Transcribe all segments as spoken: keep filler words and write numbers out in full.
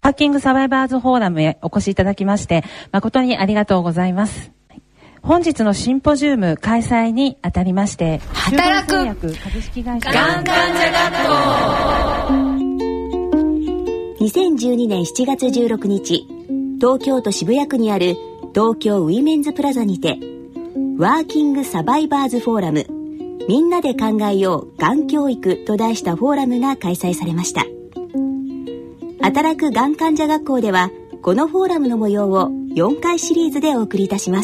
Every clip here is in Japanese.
ハッキングサバイバーズフォーラムへお越しいただきまして誠にありがとうございます。本日のシンポジウム開催にあたりまして働くがん患者学校にせんじゅうにねんしちがつじゅうろくにち、東京都渋谷区にある東京ウィメンズプラザにてワーキングサバイバーズフォーラム、みんなで考えようがん教育と題したフォーラムが開催されました。働くがん患者学校ではこのフォーラムの模様をよんかいシリーズでお送りいたします。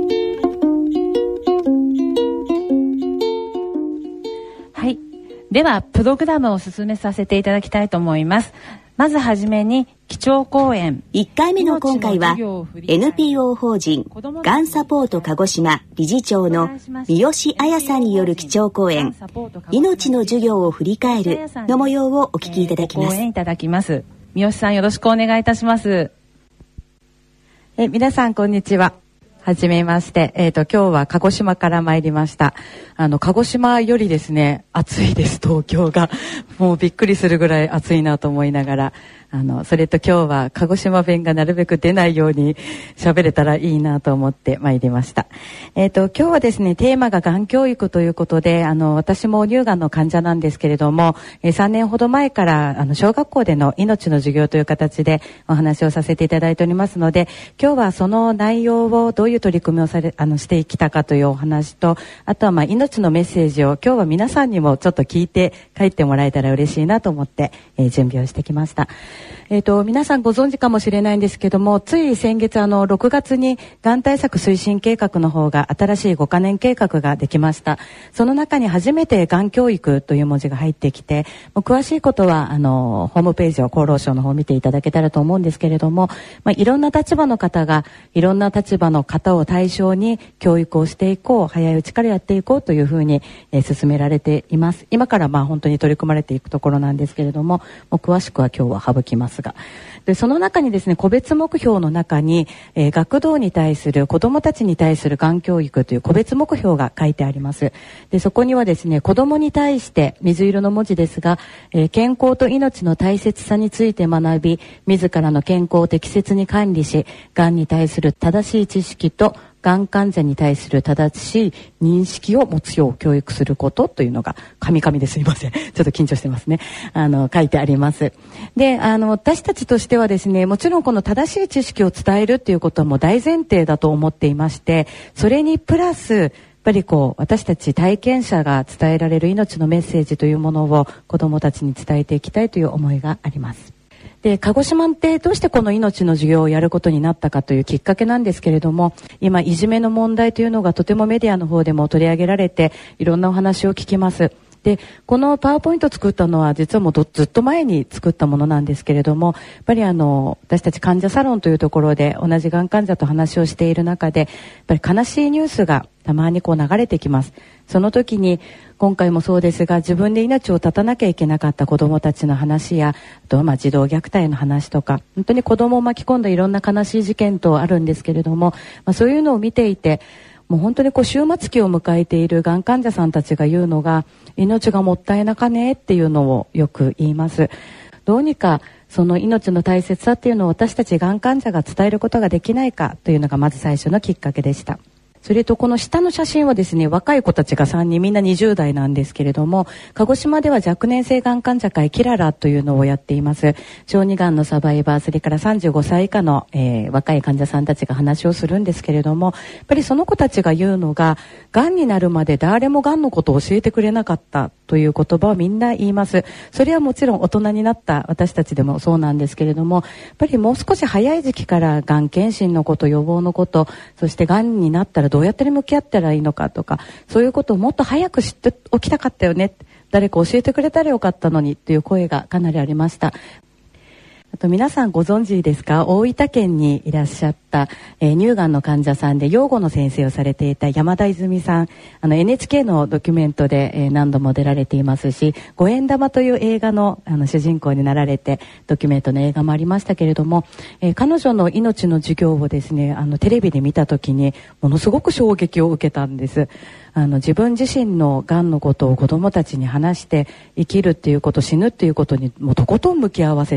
はい、ではプログラムを進めさせていただきたいと思います。まずはじめに基調講演いっかいめの今回は エヌピーオー 法人がんサポート鹿児島理事長の三好彩さんによる基調講演命の授業を振り返るの模様をお聞きいただきます。 講演いただきます。三好さん、よろしくお願いいたします。 え皆さんこんにちは。はじめまして、えーと、今日は鹿児島から参りました。あの、鹿児島よりですね、暑いです、東京が。もうびっくりするぐらい暑いなと思いながら、あの、それと今日は鹿児島弁がなるべく出ないように喋れたらいいなと思って参りました。えーと、今日はですね、テーマががん教育ということで、あの、私も乳がんの患者なんですけれども、えー、さんねんほど前から、あの、小学校での命の授業という形でお話をさせていただいておりますので、今日はその内容をどういう取り組みをされ、あの、してきたかというお話と、あとはまあ、命のメッセージを今日は皆さんにもちょっと聞いて帰ってもらえたら嬉しいなと思って、えー、準備をしてきました。えーと、皆さんご存知かもしれないんですけども、つい先月あのろくがつにがん対策推進計画の方が新しいごかねん計画ができました。その中に初めてがん教育という文字が入ってきて、詳しいことはあのホームページを厚労省の方を見ていただけたらと思うんですけれども、まあ、いろんな立場の方がいろんな立場の方を対象に教育をしていこう、早いうちからやっていこうというふうに、えー、進められています。今からまあ本当に取り組まれていくところなんですけれども、もう詳しくは今日は省きますが、でその中にですね、個別目標の中に、えー、学童に対する子どもたちに対するがん教育という個別目標が書いてあります。でそこにはですね、子どもに対して水色の文字ですが、えー、健康と命の大切さについて学び、自らの健康を適切に管理し、がんに対する正しい知識とがん患者に対する正しい認識を持つよう教育することというのが、カミカミですいません。ちょっと緊張してますね。あの、書いてあります。で、あの、私たちとしてはですね、もちろんこの正しい知識を伝えるっていうことはもう大前提だと思っていまして、それにプラス、やっぱりこう、私たち体験者が伝えられる命のメッセージというものを子どもたちに伝えていきたいという思いがあります。で、鹿児島ってどうしてこの命の授業をやることになったかというきっかけなんですけれども、今いじめの問題というのがとてもメディアの方でも取り上げられて、いろんなお話を聞きます。で、このパワーポイントを作ったのは実はもうずっと前に作ったものなんですけれども、やっぱりあの私たち患者サロンというところで同じがん患者と話をしている中で、やっぱり悲しいニュースがたまにこう流れてきます。その時に今回もそうですが、自分で命を絶たなきゃいけなかった子どもたちの話や、あとはまあ児童虐待の話とか、本当に子どもを巻き込んだいろんな悲しい事件とあるんですけれども、まあ、そういうのを見ていて、もう本当にこう終末期を迎えているがん患者さんたちが言うのが、命がもったいなかねっていうのをよく言います。どうにかその命の大切さっていうのを私たちがん患者が伝えることができないかというのがまず最初のきっかけでした。それとこの下の写真はですね、若い子たちがさんにん、みんなにじゅうだいなんですけれども、鹿児島では若年性がん患者会キララというのをやっています。小児がんのサバイバー、それからさんじゅうごさい以下の、えー、若い患者さんたちが話をするんですけれども、やっぱりその子たちが言うのが、がんになるまで誰もがんのことを教えてくれなかったという言葉をみんな言います。それはもちろん大人になった私たちでもそうなんですけれども、やっぱりもう少し早い時期からがん検診のこと、予防のこと、そしてがんになったらどうやって向き合ったらいいのかとか、そういうことをもっと早く知っておきたかったよね、誰か教えてくれたらよかったのにという声がかなりありました。あと皆さんご存知ですか、大分県にいらっしゃった、えー、乳がんの患者さんで養護の先生をされていた山田泉さん、あの エヌエイチケー のドキュメントで、えー、何度も出られていますし、五円玉という映画 の, あの主人公になられてドキュメントの映画もありましたけれども、えー、彼女の命の授業をですね、あのテレビで見た時にものすごく衝撃を受けたんです。あの自分自身のがんのことを子どもたちに話して、生きるっていうこと、死ぬっていうことにもうとことん向き合わせて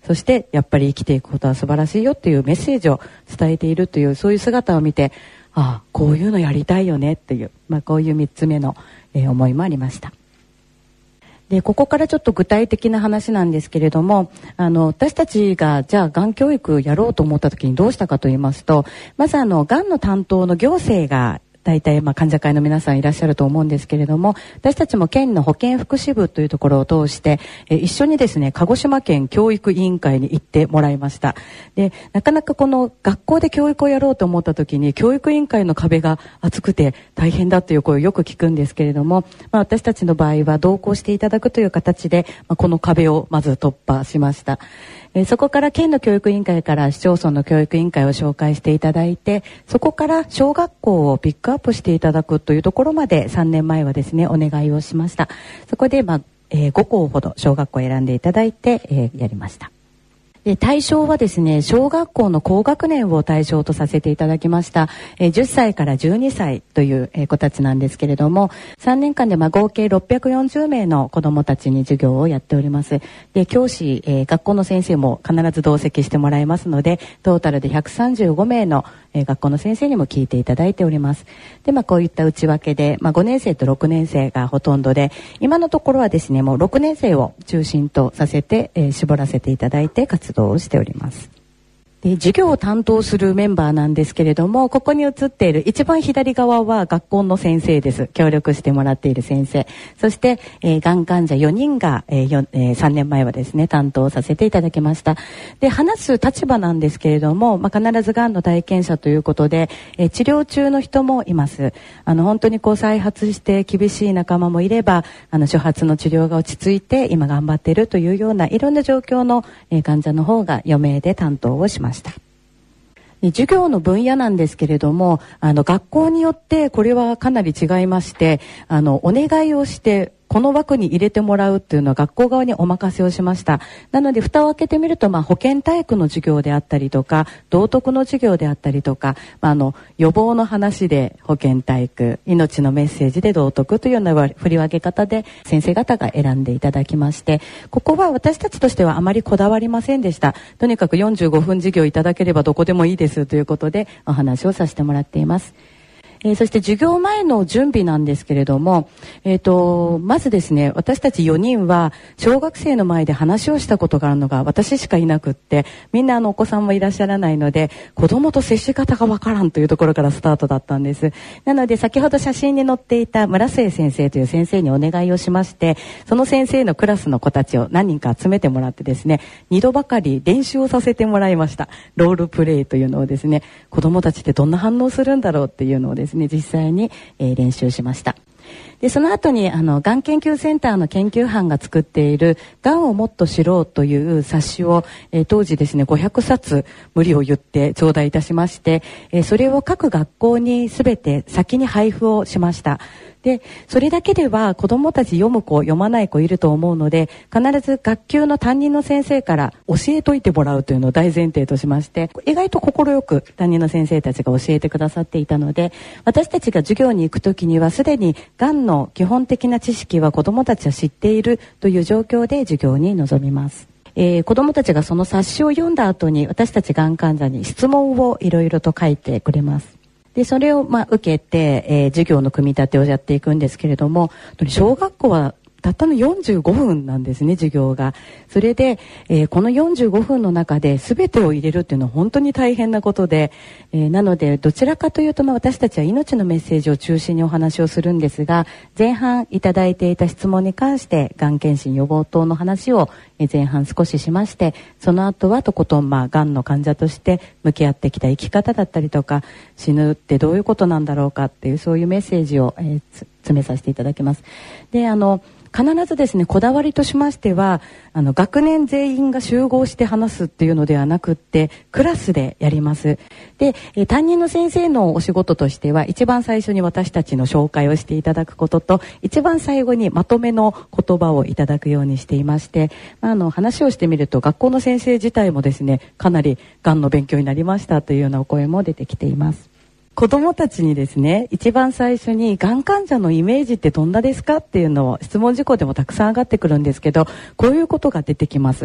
そしてやっぱり生きていくことは素晴らしいよっていうメッセージを伝えているという、そういう姿を見て、ああこういうのやりたいよねっていう、まあ、こういうみっつめの、えー、思いもありました。でここからちょっと具体的な話なんですけれども、あの私たちがじゃあがん教育やろうと思った時にどうしたかと言いますと、まずあのがんの担当の行政が大体まあ患者会の皆さんいらっしゃると思うんですけれども、私たちも県の保健福祉部というところを通して、え一緒にですね鹿児島県教育委員会に行ってもらいました。でなかなかこの学校で教育をやろうと思った時に教育委員会の壁が厚くて大変だという声をよく聞くんですけれども、まあ、私たちの場合は同行していただくという形で、まあ、この壁をまず突破しました。えそこから県の教育委員会から市町村の教育委員会を紹介していただいて、そこから小学校をピックアップしていただくというところまでさんねんまえはですねお願いをしました。そこで、まあえー、ご校ほど小学校を選んでいただいて、えー、やりました。で対象はですね小学校の高学年を対象とさせていただきました、えー、じゅっさいからじゅうにさいという、えー、子たちなんですけれども、さんねんかんでまあ合計ろっぴゃくよんじゅうめいの子どもたちに授業をやっております。で教師、えー、学校の先生も必ず同席してもらいますので、トータルでひゃくさんじゅうごめいの、えー、学校の先生にも聞いていただいております。で、まあ、こういった内訳で、まあ、ごねんせいとろくねんせいがほとんどで、今のところはですねもうろくねんせいを中心とさせて、えー、絞らせていただいて活動をしております。で授業を担当するメンバーなんですけれども、ここに写っている一番左側は学校の先生です。協力してもらっている先生、そして、えー、がん患者よにんが、えーよえー、さんねんまえはですね担当させていただきました。で話す立場なんですけれども、まあ、必ずがんの体験者ということで、えー、治療中の人もいます。あの本当にこう再発して厳しい仲間もいれば、あの初発の治療が落ち着いて今頑張っているというようないろんな状況の、えー、患者の方がよめいで担当をしました。授業の分野なんですけれども、あの学校によってこれはかなり違いまして、あのお願いをしてこの枠に入れてもらうっていうのは学校側にお任せをしました。なので蓋を開けてみると、まあ、保健体育の授業であったりとか道徳の授業であったりとか、まあ、あの予防の話で保健体育、命のメッセージで道徳というような振り分け方で先生方が選んでいただきまして、ここは私たちとしてはあまりこだわりませんでした。とにかくよんじゅうごふん授業いただければどこでもいいですということでお話をさせてもらっています。えー、そして授業前の準備なんですけれども、えーと、まずですね、私たちよにんは小学生の前で話をしたことがあるのが私しかいなくって、みんなあのお子さんもいらっしゃらないので子供と接し方がわからんというところからスタートだったんです。なので先ほど写真に載っていた村末先生という先生にお願いをしまして、その先生のクラスの子たちを何人か集めてもらってですね、にどばかり練習をさせてもらいました。ロールプレイというのをですね、子供たちってどんな反応するんだろうっていうのをですね実際に、えー、練習しました。でその後にあのがん研究センターの研究班が作っているがんをもっと知ろうという冊子を、えー、当時ですねごひゃくさつ無理を言って頂戴いたしまして、えー、それを各学校に全て先に配布をしました。でそれだけでは子どもたち読む子読まない子いると思うので、必ず学級の担任の先生から教えといてもらうというのを大前提としまして、意外と快く担任の先生たちが教えてくださっていたので、私たちが授業に行くときにはすでにがんの基本的な知識は子どもたちは知っているという状況で授業に臨みます。えー、子どもたちがその冊子を読んだ後に私たちがん患者に質問をいろいろと書いてくれます。でそれをまあ受けて、えー、授業の組み立てをやっていくんですけれども、小学校はたったのよんじゅうごふんなんですね、授業が。それで、えー、このよんじゅうごふんの中で全てを入れるっていうのは本当に大変なことで、えー、なのでどちらかというと、まあ、私たちは命のメッセージを中心にお話をするんですが、前半いただいていた質問に関してがん検診予防等の話を前半少ししまして、その後はとことんまあがんの患者として向き合ってきた生き方だったりとか、死ぬってどういうことなんだろうかっていうそういうメッセージを、えー、詰めさせていただきます。であの必ずですね、こだわりとしましては、あの学年全員が集合して話すっていうのではなくってクラスでやります。で、え担任の先生のお仕事としては、一番最初に私たちの紹介をしていただくことと、一番最後にまとめの言葉をいただくようにしていまして、あの話をしてみると学校の先生自体もですね、かなりがんの勉強になりましたというようなお声も出てきています。子どもたちにですね、一番最初にがん患者のイメージってどんなですかっていうのを質問事項でもたくさん上がってくるんですけど、こういうことが出てきます。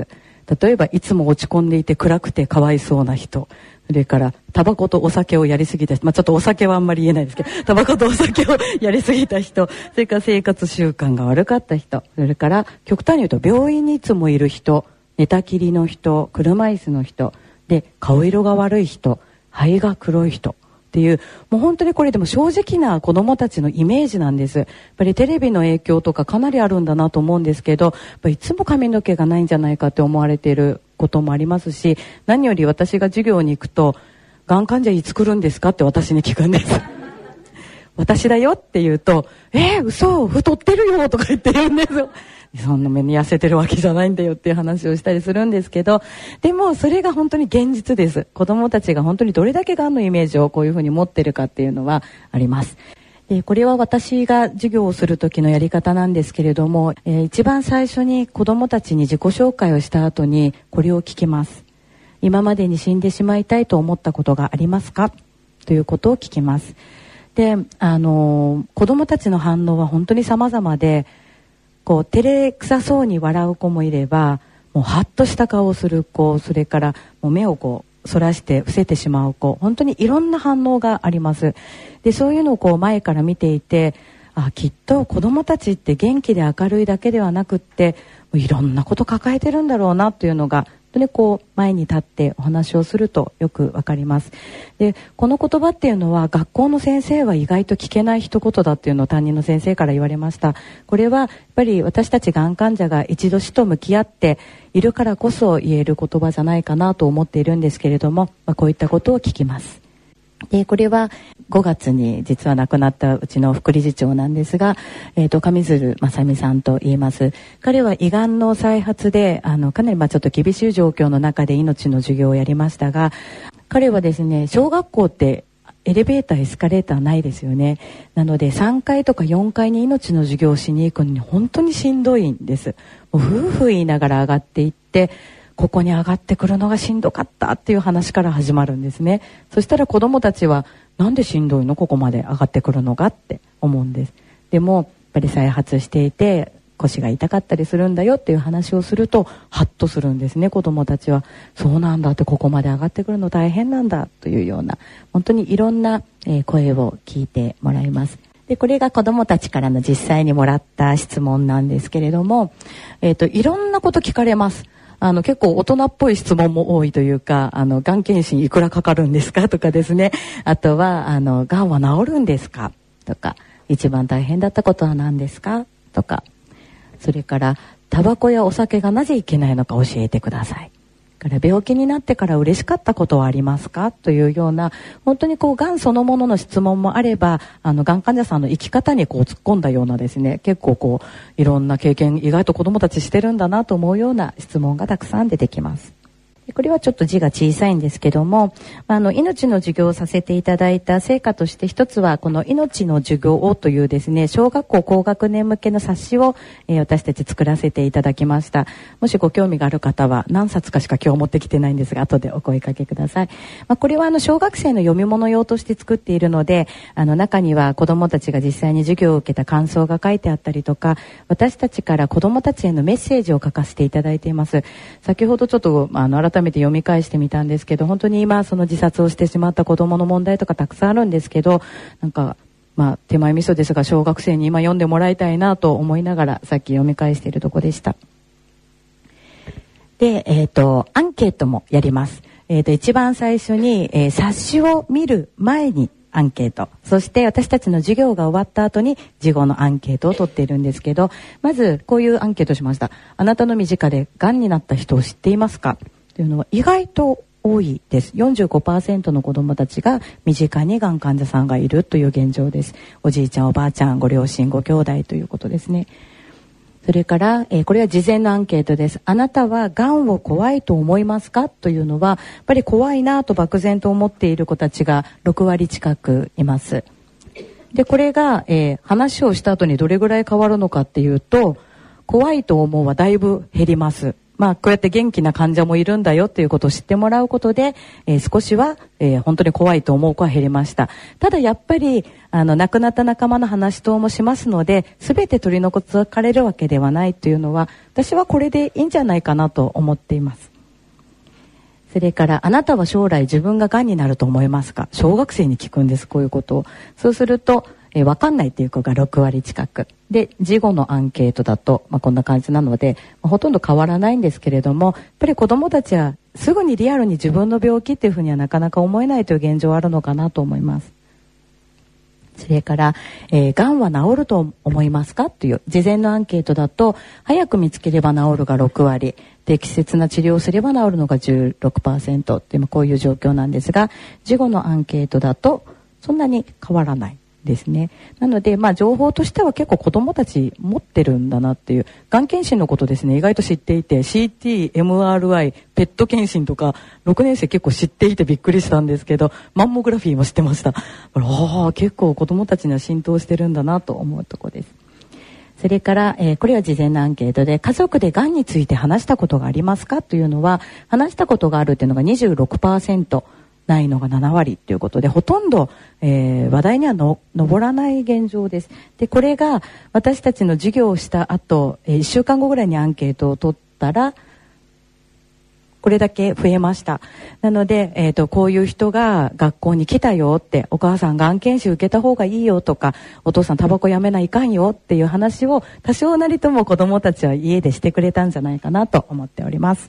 例えばいつも落ち込んでいて暗くてかわいそうな人、それからタバコとお酒をやりすぎた人、まあ、ちょっとお酒はあんまり言えないですけど、タバコとお酒をやりすぎた人、それから生活習慣が悪かった人、それから極端に言うと病院にいつもいる人、寝たきりの人、車椅子の人で、顔色が悪い人、肺が黒い人っていう、もう本当にこれでも正直な子どもたちのイメージなんです。やっぱりテレビの影響とかかなりあるんだなと思うんですけど、やっぱいつも髪の毛がないんじゃないかって思われていることもありますし、何より私が授業に行くと、がん患者いつ来るんですかって私に聞くんです私だよって言うと、えー、嘘太ってるよとか言って言うんですよ。そんな目に痩せてるわけじゃないんだよっていう話をしたりするんですけど、でもそれが本当に現実です。子どもたちが本当にどれだけがんのイメージをこういうふうに持ってるかっていうのはあります。でこれは私が授業をする時のやり方なんですけれども、えー、一番最初に子どもたちに自己紹介をした後にこれを聞きます。今までに死んでしまいたいと思ったことがありますかということを聞きます。で、あのー、子どもたちの反応は本当に様々で、こう照れくさそうに笑う子もいれば、もうハッとした顔をする子、それからもう目をこうそらして伏せてしまう子、本当にいろんな反応があります。でそういうのをこう前から見ていて、あ、きっと子どもたちって元気で明るいだけではなくっていろんなこと抱えてるんだろうなというのが本当にこう前に立ってお話をするとよくわかります。でこの言葉っていうのは学校の先生は意外と聞けない一言だっていうのを担任の先生から言われました。これはやっぱり私たちがん患者が一度死と向き合っているからこそ言える言葉じゃないかなと思っているんですけれども、まあ、こういったことを聞きます。でこれはごがつに実は亡くなったうちの副理事長なんですが、えー、と上水正美さんと言います。彼は胃がんの再発であのかなりまあちょっと厳しい状況の中で命の授業をやりましたが、彼はですね、小学校ってエレベーターエスカレーターないですよね。なのでさんかいとかよんかいに命の授業をしに行くのに本当にしんどいんです。もう夫婦言いながら上がっていって、ここに上がってくるのがしんどかったっていう話から始まるんですね。そしたら子どもたちはなんでしんどいの、ここまで上がってくるのがって思うんです。でもやっぱり再発していて腰が痛かったりするんだよっていう話をするとハッとするんですね。子どもたちはそうなんだって、ここまで上がってくるの大変なんだというような本当にいろんな、えー、声を聞いてもらいます。でこれが子どもたちからの実際にもらった質問なんですけれども、えーと、いろんなこと聞かれます。あの結構大人っぽい質問も多いというか、あのがん検診いくらかかるんですかとかですね、あとはあのがんは治るんですかとか、一番大変だったことは何ですかとか、それからタバコやお酒がなぜいけないのか教えてください。から病気になってから嬉しかったことはありますかというような、本当にこうがんそのものの質問もあれば、あのがん患者さんの生き方にこう突っ込んだようなですね、結構こういろんな経験意外と子どもたちしてるんだなと思うような質問がたくさん出てきます。これはちょっと字が小さいんですけども、あの命の授業をさせていただいた成果として一つはこの命の授業をというですね、小学校高学年向けの冊子を、えー、私たち作らせていただきました。もしご興味がある方は何冊かしか今日持ってきてないんですが、後でお声かけください。まあ、これはあの小学生の読み物用として作っているので、あの中には子どもたちが実際に授業を受けた感想が書いてあったりとか、私たちから子どもたちへのメッセージを書かせていただいています。先ほどちょっとあの改めて読み返してみたんですけど、本当に今その自殺をしてしまった子どもの問題とかたくさんあるんですけど、なんかまあ手前味噌ですが小学生に今読んでもらいたいなと思いながらさっき読み返しているとこでした。で、えっとアンケートもやります。えっと一番最初に、えー、冊子を見る前にアンケート、そして私たちの授業が終わった後に事後のアンケートを取っているんですけど、まずこういうアンケートしました。あなたの身近でがんになった人を知っていますかというのは意外と多いです。 よんじゅうごパーセント の子どもたちが身近にがん患者さんがいるという現状です。おじいちゃんおばあちゃん、ご両親ご兄弟ということですね。それから、えー、これは事前のアンケートです。あなたはがんを怖いと思いますかというのは、やっぱり怖いなと漠然と思っている子たちがろくわり近くいます。でこれが、えー、話をした後にどれぐらい変わるのかっていうと、怖いと思うはだいぶ減ります。 まあ、こうやって元気な患者もいるんだよということを知ってもらうことで、えー、少しは、えー、本当に怖いと思う子は減りました。ただやっぱりあの亡くなった仲間の話等もしますので、全て取り残されるわけではないというのは、私はこれでいいんじゃないかなと思っています。それから、あなたは将来自分ががんになると思いますか？小学生に聞くんです、こういうことを。そうすると、えー、分かんないっていう子がろくわり近くで、事後のアンケートだと、まあ、こんな感じなので、まあ、ほとんど変わらないんですけれども、やっぱり子どもたちはすぐにリアルに自分の病気っていうふうにはなかなか思えないという現状はあるのかなと思います。それから、えー、がんは治ると思いますかという事前のアンケートだと、早く見つければ治るがろくわり、適切な治療をすれば治るのが じゅうろくパーセント ってこういう状況なんですが、事後のアンケートだとそんなに変わらないですね。なので、まあ、情報としては結構子どもたち持ってるんだなっていう、がん検診のことですね、意外と知っていて、 シーティー、エムアールアイ、ペット検診とかろくねん生結構知っていてびっくりしたんですけど、マンモグラフィーも知ってました。ああ、結構子どもたちには浸透してるんだなと思うところです。それから、えー、これは事前のアンケートで、家族でがんについて話したことがありますかというのは、話したことがあるというのが にじゅうろくパーセント、ないのがななわりということで、ほとんど、えー、話題にはの上らない現状です。で、これが私たちの授業をした後、えー、いっしゅうかんごぐらいにアンケートを取ったら、これだけ増えました。なので、えーと、こういう人が学校に来たよって、お母さんがん検診受けた方がいいよとか、お父さんタバコやめないかんよっていう話を多少なりとも子どもたちは家でしてくれたんじゃないかなと思っております。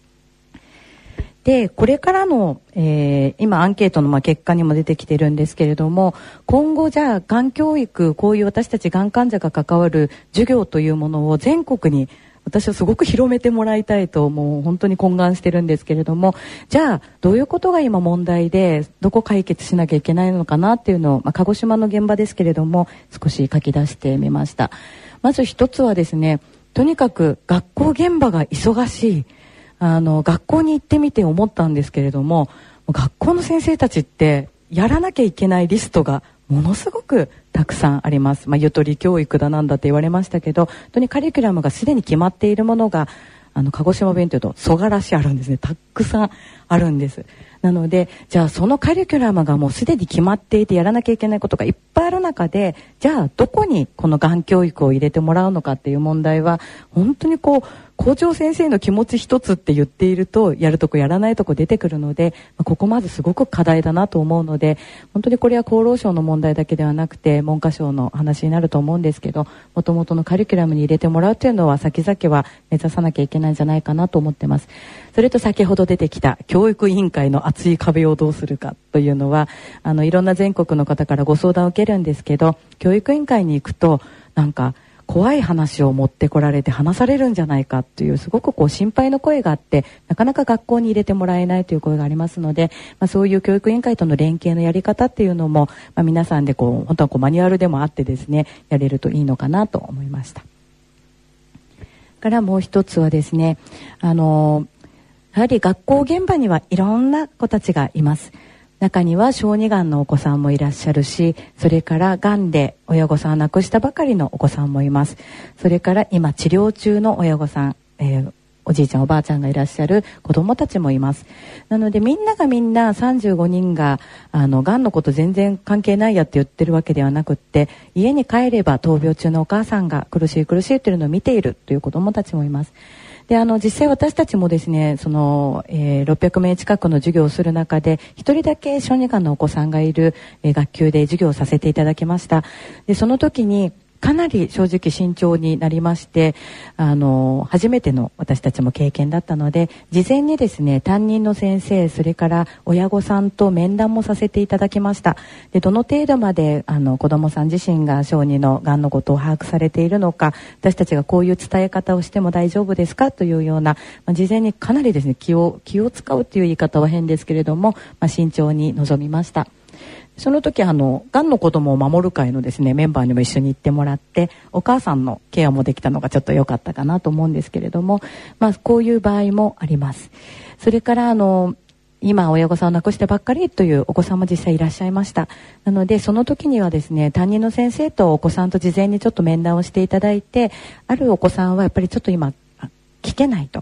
で、これからの、えー、今アンケートのまあ結果にも出てきてるんですけれども、今後じゃあがん教育、こういう私たちがん患者が関わる授業というものを全国に私はすごく広めてもらいたいと、もう本当に懇願してるんですけれども、じゃあどういうことが今問題でどこ解決しなきゃいけないのかなっていうのを、まあ、鹿児島の現場ですけれども少し書き出してみました。まず一つはですね、とにかく学校現場が忙しい。あの学校に行ってみて思ったんですけれども、学校の先生たちってやらなきゃいけないリストがものすごくたくさんあります。まあ、ゆとり教育だなんだって言われましたけど、本当にカリキュラムがすでに決まっているものが、あの鹿児島弁というとそがらしあるんですね。たくさんあるんです。なので、じゃあそのカリキュラムがもうすでに決まっていてやらなきゃいけないことがいっぱいある中で、じゃあどこにこのがん教育を入れてもらうのかっていう問題は、本当にこう校長先生の気持ち一つって言っていると、やるとこやらないとこ出てくるので、ここまずすごく課題だなと思うので、本当にこれは厚労省の問題だけではなくて文科省の話になると思うんですけど、もともとのカリキュラムに入れてもらうというのは先々は目指さなきゃいけないんじゃないかなと思ってます。それと先ほど出てきた教育委員会の厚い壁をどうするかというのは、あのいろんな全国の方からご相談を受けるんですけど、教育委員会に行くとなんか怖い話を持ってこられて話されるんじゃないかというすごくこう心配の声があって、なかなか学校に入れてもらえないという声がありますので、まあ、そういう教育委員会との連携のやり方っていうのも、まあ、皆さんでこう本当はこうマニュアルでもあってですね、やれるといいのかなと思いました。からもう一つはですね、あのやはり学校現場にはいろんな子たちがいます。中には小児がんのお子さんもいらっしゃるし、それからがんで親御さんを亡くしたばかりのお子さんもいます。それから今治療中の親御さん、えー、おじいちゃんおばあちゃんがいらっしゃる子どもたちもいます。なのでみんながみんなさんじゅうごにんがあのがんのこと全然関係ないやって言ってるわけではなくって、家に帰れば闘病中のお母さんが苦しい苦しいというのを見ているという子どもたちもいます。で、あの実際私たちもですね、その、えー、ろっぴゃくめい近くの授業をする中で一人だけ小児がんのお子さんがいる、えー、学級で授業をさせていただきました。で、その時にかなり正直慎重になりまして、あの初めての私たちも経験だったので、事前にですね、担任の先生、それから親御さんと面談もさせていただきました。で、どの程度まであの子どもさん自身が小児のがんのことを把握されているのか、私たちがこういう伝え方をしても大丈夫ですかというような、まあ、事前にかなりですね、気を気を使うという言い方は変ですけれども、まあ、慎重に臨みました。その時あのがんの子どもを守る会のですねメンバーにも一緒に行ってもらって、お母さんのケアもできたのがちょっと良かったかなと思うんですけれども、まあこういう場合もあります。それからあの今親御さんを亡くしてばっかりというお子さんも実際いらっしゃいました。なのでその時にはですね、担任の先生とお子さんと事前にちょっと面談をしていただいて、あるお子さんはやっぱりちょっと今聞けないと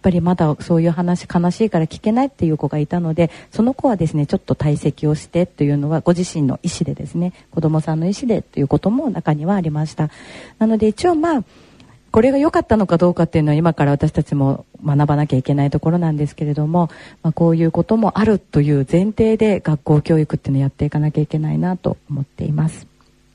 ぱりまだそういう話悲しいから聞けないっていう子がいたので、その子はですねちょっと退席をしてというのはご自身の意思でですね、子どもさんの意思でということも中にはありました。なので一応まあこれが良かったのかどうかっていうのは今から私たちも学ばなきゃいけないところなんですけれども、まあ、こういうこともあるという前提で学校教育っていうのをやっていかなきゃいけないなと思っています。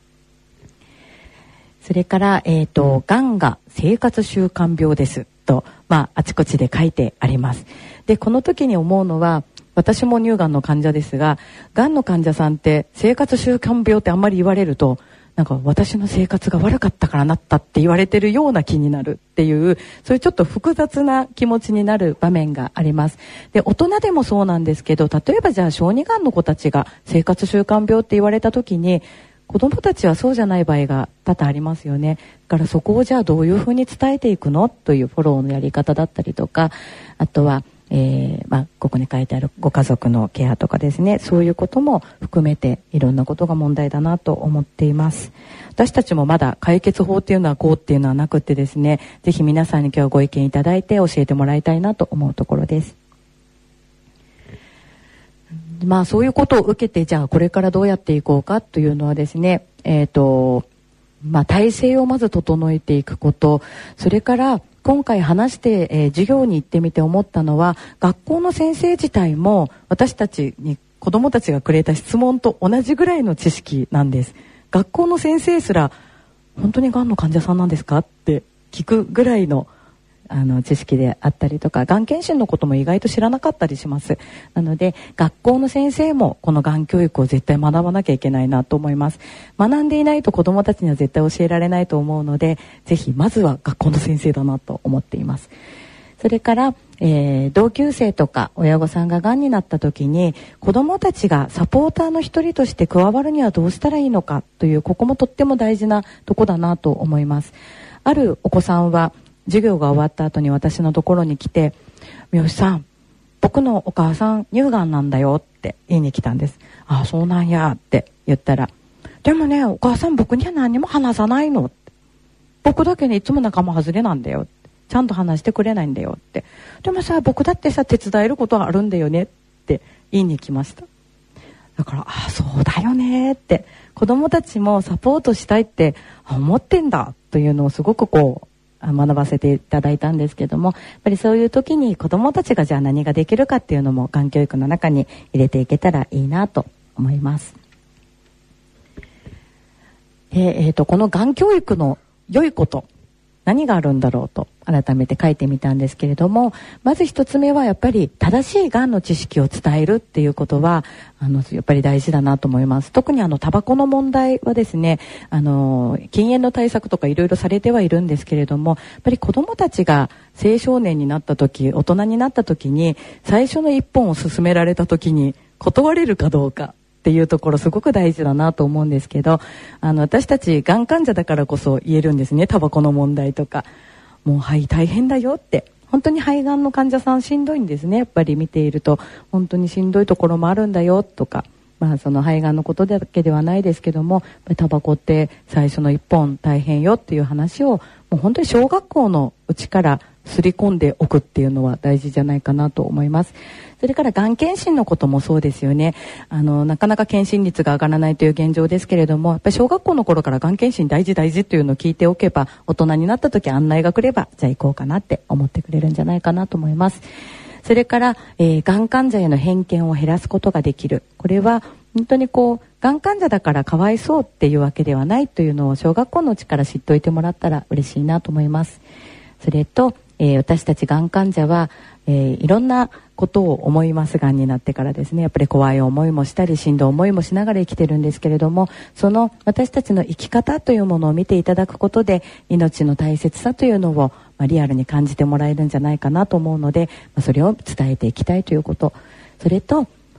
それから、えーと、がんが生活習慣病ですと、まあ、あちこちで書いてあります。で、この時に思うのは、私も乳がんの患者ですが、がんの患者さんって生活習慣病ってあんまり言われると、なんか私の生活が悪かったからなったって言われてるような気になるっていう、そういうちょっと複雑な気持ちになる場面があります。で、大人でもそうなんですけど、例えばじゃあ小児がんの子たちが生活習慣病って言われた時に、子どもたちはそうじゃない場合が多々ありますよね。だからそこをじゃあどういうふうに伝えていくのというフォローのやり方だったりとか、あとはえーまあ、ここに書いてあるご家族のケアとかですね、そういうことも含めていろんなことが問題だなと思っています。私たちもまだ解決法っていうのはこうっていうのはなくてですね、ぜひ皆さんに今日はご意見いただいて教えてもらいたいなと思うところです。まあそういうことを受けて、じゃあこれからどうやっていこうかというのはですね、えーとまあ、体制をまず整えていくこと、それから今回話して、えー、授業に行ってみて思ったのは、学校の先生自体も私たちに子どもたちがくれた質問と同じぐらいの知識なんです。学校の先生すら本当にがんの患者さんなんですかって聞くぐらいのあの知識であったりとか、がん検診のことも意外と知らなかったりします。なので学校の先生もこのがん教育を絶対学ばなきゃいけないなと思います。学んでいないと子どもたちには絶対教えられないと思うので、ぜひまずは学校の先生だなと思っています。それから、えー、同級生とか親御さんががんになった時に子どもたちがサポーターの一人として加わるにはどうしたらいいのかという、ここもとっても大事なとこだなと思います。あるお子さんは授業が終わった後に私のところに来て、三好さん、僕のお母さん乳がんなんだよって言いに来たんです。ああ、そうなんやって言ったら、でもね、お母さん僕には何も話さないのって、僕だけねいつも仲間外れなんだよって、ちゃんと話してくれないんだよって、でもさ僕だってさ手伝えることはあるんだよねって言いに来ました。だから、ああそうだよねって、子供たちもサポートしたいって思ってんだというのをすごくこう学ばせていただいたんですけども、やっぱりそういう時に子どもたちがじゃあ何ができるかっていうのもがん教育の中に入れていけたらいいなと思います。で、えーと、このがん教育の良いこと何があるんだろうと改めて書いてみたんですけれども、まず一つ目はやっぱり正しいがんの知識を伝えるっていうことはあのやっぱり大事だなと思います。特にあのタバコの問題はですね、あの禁煙の対策とかいろいろされてはいるんですけれども、やっぱり子どもたちが青少年になった時、大人になった時に最初の一本を勧められた時に断れるかどうかっていうところすごく大事だなと思うんですけど、あの私たちがん患者だからこそ言えるんですね。タバコの問題とかもう肺大変だよって、本当に肺がんの患者さんしんどいんですね。やっぱり見ていると本当にしんどいところもあるんだよとか、まあその肺がんのことだけではないですけども、タバコって最初の一本大変よっていう話をもう本当に小学校のうちからすり込んでおくっていうのは大事じゃないかなと思います。それからがん検診のこともそうですよね。あのなかなか検診率が上がらないという現状ですけれども、やっぱり小学校の頃からがん検診大事大事というのを聞いておけば、大人になった時案内が来ればじゃあ行こうかなって思ってくれるんじゃないかなと思います。それから、えー、がん患者への偏見を減らすことができる。これは本当にこうがん患者だからかわいそうっていうわけではないというのを小学校のうちから知っておいてもらったら嬉しいなと思います。それと、えー、私たちがん患者は、えー、いろんなことを思います。がんになってからですね、やっぱり怖い思いもしたりしんどい思いもしながら生きてるんですけれども、その私たちの生き方というものを見ていただくことで命の大切さというのを、まあ、リアルに感じてもらえるんじゃないかなと思うので、まあ、それを伝えていきたいということ。それと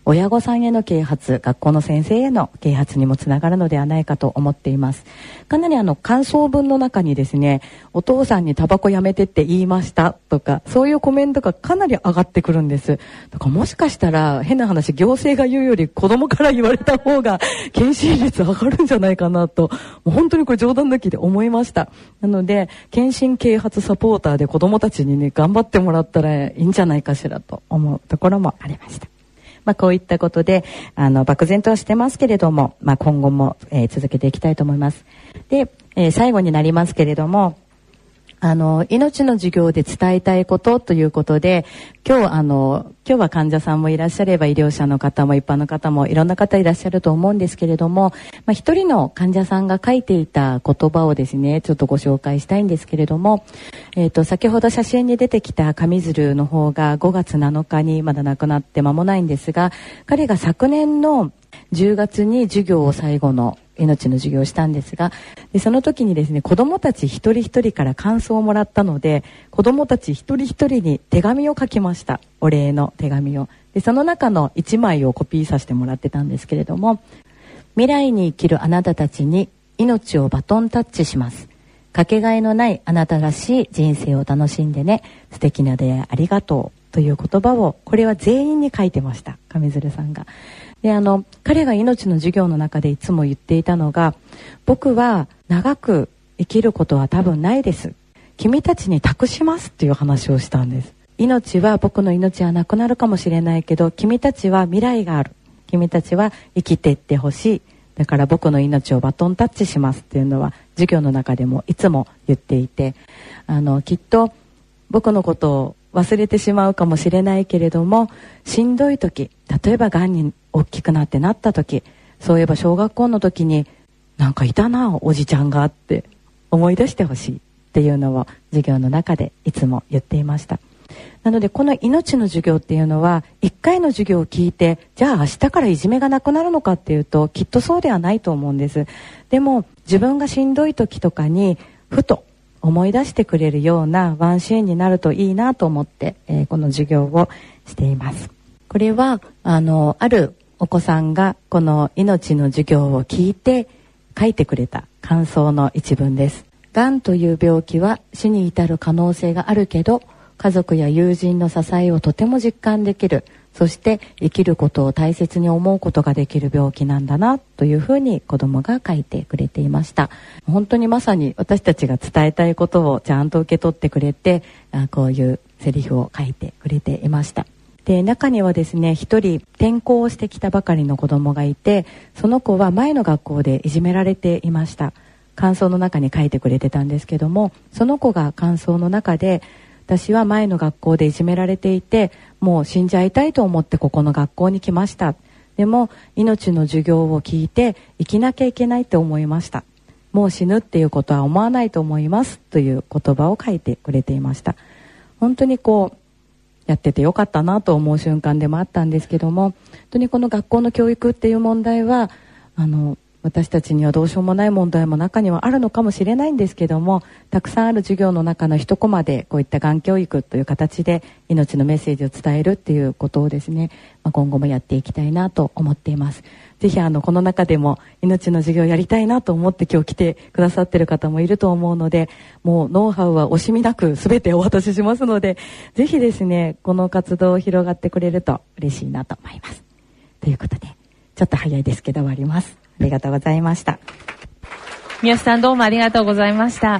親御さんへの啓発、学校の先生への啓発にもつながるのではないかと思っています。かなりあの感想文の中にですね、お父さんにタバコやめてって言いましたとか、そういうコメントがかなり上がってくるんです。だからもしかしたら変な話、行政が言うより子供から言われた方が検診率上がるんじゃないかなと、もう本当にこれ冗談抜きで思いました。なので検診啓発サポーターで子供たちにね頑張ってもらったらいいんじゃないかしらと思うところもありました。まあ、こういったことであの漠然とはしてますけれども、まあ、今後も、えー、続けていきたいと思います。で、えー、最後になりますけれども、あの命の授業で伝えたいことということで、今日あの今日は患者さんもいらっしゃれば医療者の方も一般の方もいろんな方いらっしゃると思うんですけれども、まあ、一人の患者さんが書いていた言葉をですねちょっとご紹介したいんですけれども、えーと先ほど写真に出てきた上鶴の方がごがつなのかにまだ亡くなって間もないんですが、彼が昨年のじゅうがつに授業を最後の命の授業をしたんですが、でその時にですね子どもたち一人一人から感想をもらったので、子どもたち一人一人に手紙を書きました。お礼の手紙を。でその中のいちまいをコピーさせてもらってたんですけれども、未来に生きるあなたたちに命をバトンタッチします。かけがえのないあなたらしい人生を楽しんでね、素敵な出会いありがとうという言葉を、これは全員に書いてました、上鶴さんが。であの彼が命の授業の中でいつも言っていたのが、僕は長く生きることは多分ないです、君たちに託しますっていう話をしたんです。命は、僕の命はなくなるかもしれないけど、君たちは未来がある、君たちは生きていってほしい、だから僕の命をバトンタッチしますっていうのは授業の中でもいつも言っていて、あのきっと僕のことを忘れてしまうかもしれないけれども、しんどい時、例えばがんに大きくなってなった時、そういえば小学校の時になんかいたなおじちゃんがって思い出してほしいっていうのを授業の中でいつも言っていました。なのでこの命の授業っていうのは、いっかいの授業を聞いてじゃあ明日からいじめがなくなるのかっていうと、きっとそうではないと思うんです。でも自分がしんどい時とかにふと思い出してくれるようなワンシーンになるといいなと思って、えー、この授業をしています。これはあのあるお子さんがこの命の授業を聞いて書いてくれた感想の一文です。がんという病気は死に至る可能性があるけど、家族や友人の支えをとても実感できる、そして生きることを大切に思うことができる病気なんだなというふうに子どもが書いてくれていました。本当にまさに私たちが伝えたいことをちゃんと受け取ってくれて、あこういうセリフを書いてくれていました。で中にはですね、一人転校をしてきたばかりの子どもがいて、その子は前の学校でいじめられていました。感想の中に書いてくれてたんですけども、その子が感想の中で、私は前の学校でいじめられていて、もう死んじゃいたいと思ってここの学校に来ました。でも命の授業を聞いて生きなきゃいけないって思いました。もう死ぬっていうことは思わないと思いますという言葉を書いてくれていました。本当にこうやっててよかったなと思う瞬間でもあったんですけども、本当にこの学校の教育っていう問題はあの私たちにはどうしようもない問題も中にはあるのかもしれないんですけども、たくさんある授業の中の一コマでこういったがん教育という形で命のメッセージを伝えるっていうことをですね、まあ、今後もやっていきたいなと思っています。ぜひあのこの中でも命の授業をやりたいなと思って今日来てくださっている方もいると思うので、もうノウハウは惜しみなく全てお渡ししますので、ぜひですねこの活動を広がってくれると嬉しいなと思います。ということでちょっと早いですけど終わります。ありがとうございました。 三好さんどうもありがとうございました。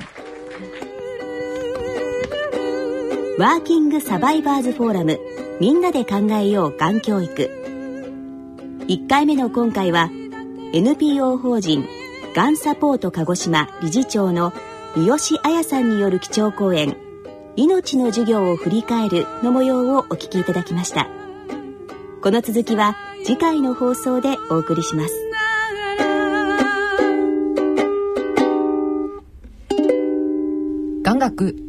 ワーキングサバイバーズフォーラム、みんなで考えようがん教育。いっかいめの今回は エヌピーオー 法人がんサポート鹿児島理事長の三好彩さんによる基調講演、命の授業を振り返るの模様をお聞きいただきました。この続きは次回の放送でお送りします。 眼学